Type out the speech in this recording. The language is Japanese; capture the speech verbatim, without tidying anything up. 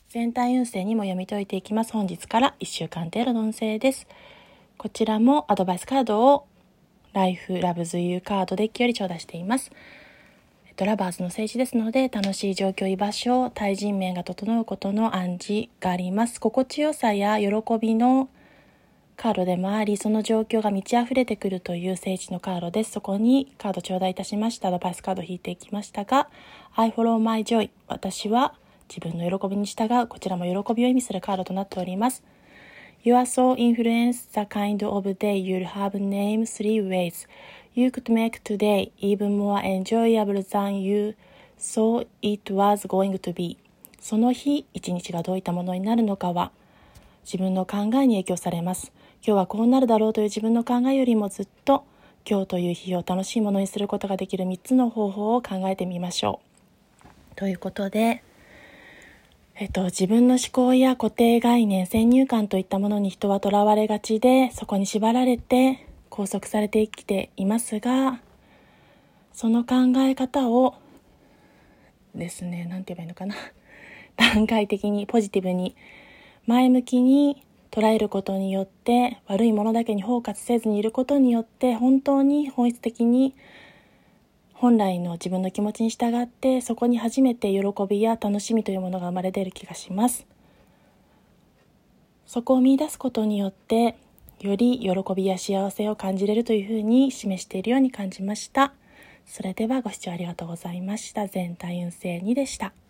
全体運勢にも読み解いていきます。本日からいっしゅうかん程度の運勢です。こちらもアドバイスカードをライフラブズユーカードデッキより頂戴しています。えっと、ラバーズの聖地ですので、楽しい状況、居場所、対人面が整うことの暗示があります。心地よさや喜びのカードでもあり、その状況が満ち溢れてくるという聖地のカードです。そこにカード頂戴いたしました。アドバイスカードを引いていきましたが、I follow my joy。私は自分の喜びに従う。こちらも喜びを意味するカードとなっております。You are so influence the kind of day you'll have name three ways you could make today even more enjoyable than you thought it was going to be。 その日一日がどういったものになるのかは自分の考えに影響されます。今日はこうなるだろうという自分の考えよりもずっと今日という日を楽しいものにすることができるみっつの方法を考えてみましょう。ということで、えっと、自分の思考や固定概念、先入観といったものに人はとらわれがちで、そこに縛られて拘束されて生きていますが、その考え方をですね、なんて言えばいいのかな、段階的にポジティブに前向きに捉えることによって、悪いものだけにフォーカスせずにいることによって、本当に本質的に本来の自分の気持ちに従って、そこに初めて喜びや楽しみというものが生まれ出る気がします。そこを見出すことによって、より喜びや幸せを感じれるというふうに示しているように感じました。それではご視聴ありがとうございました。全体運勢にでした。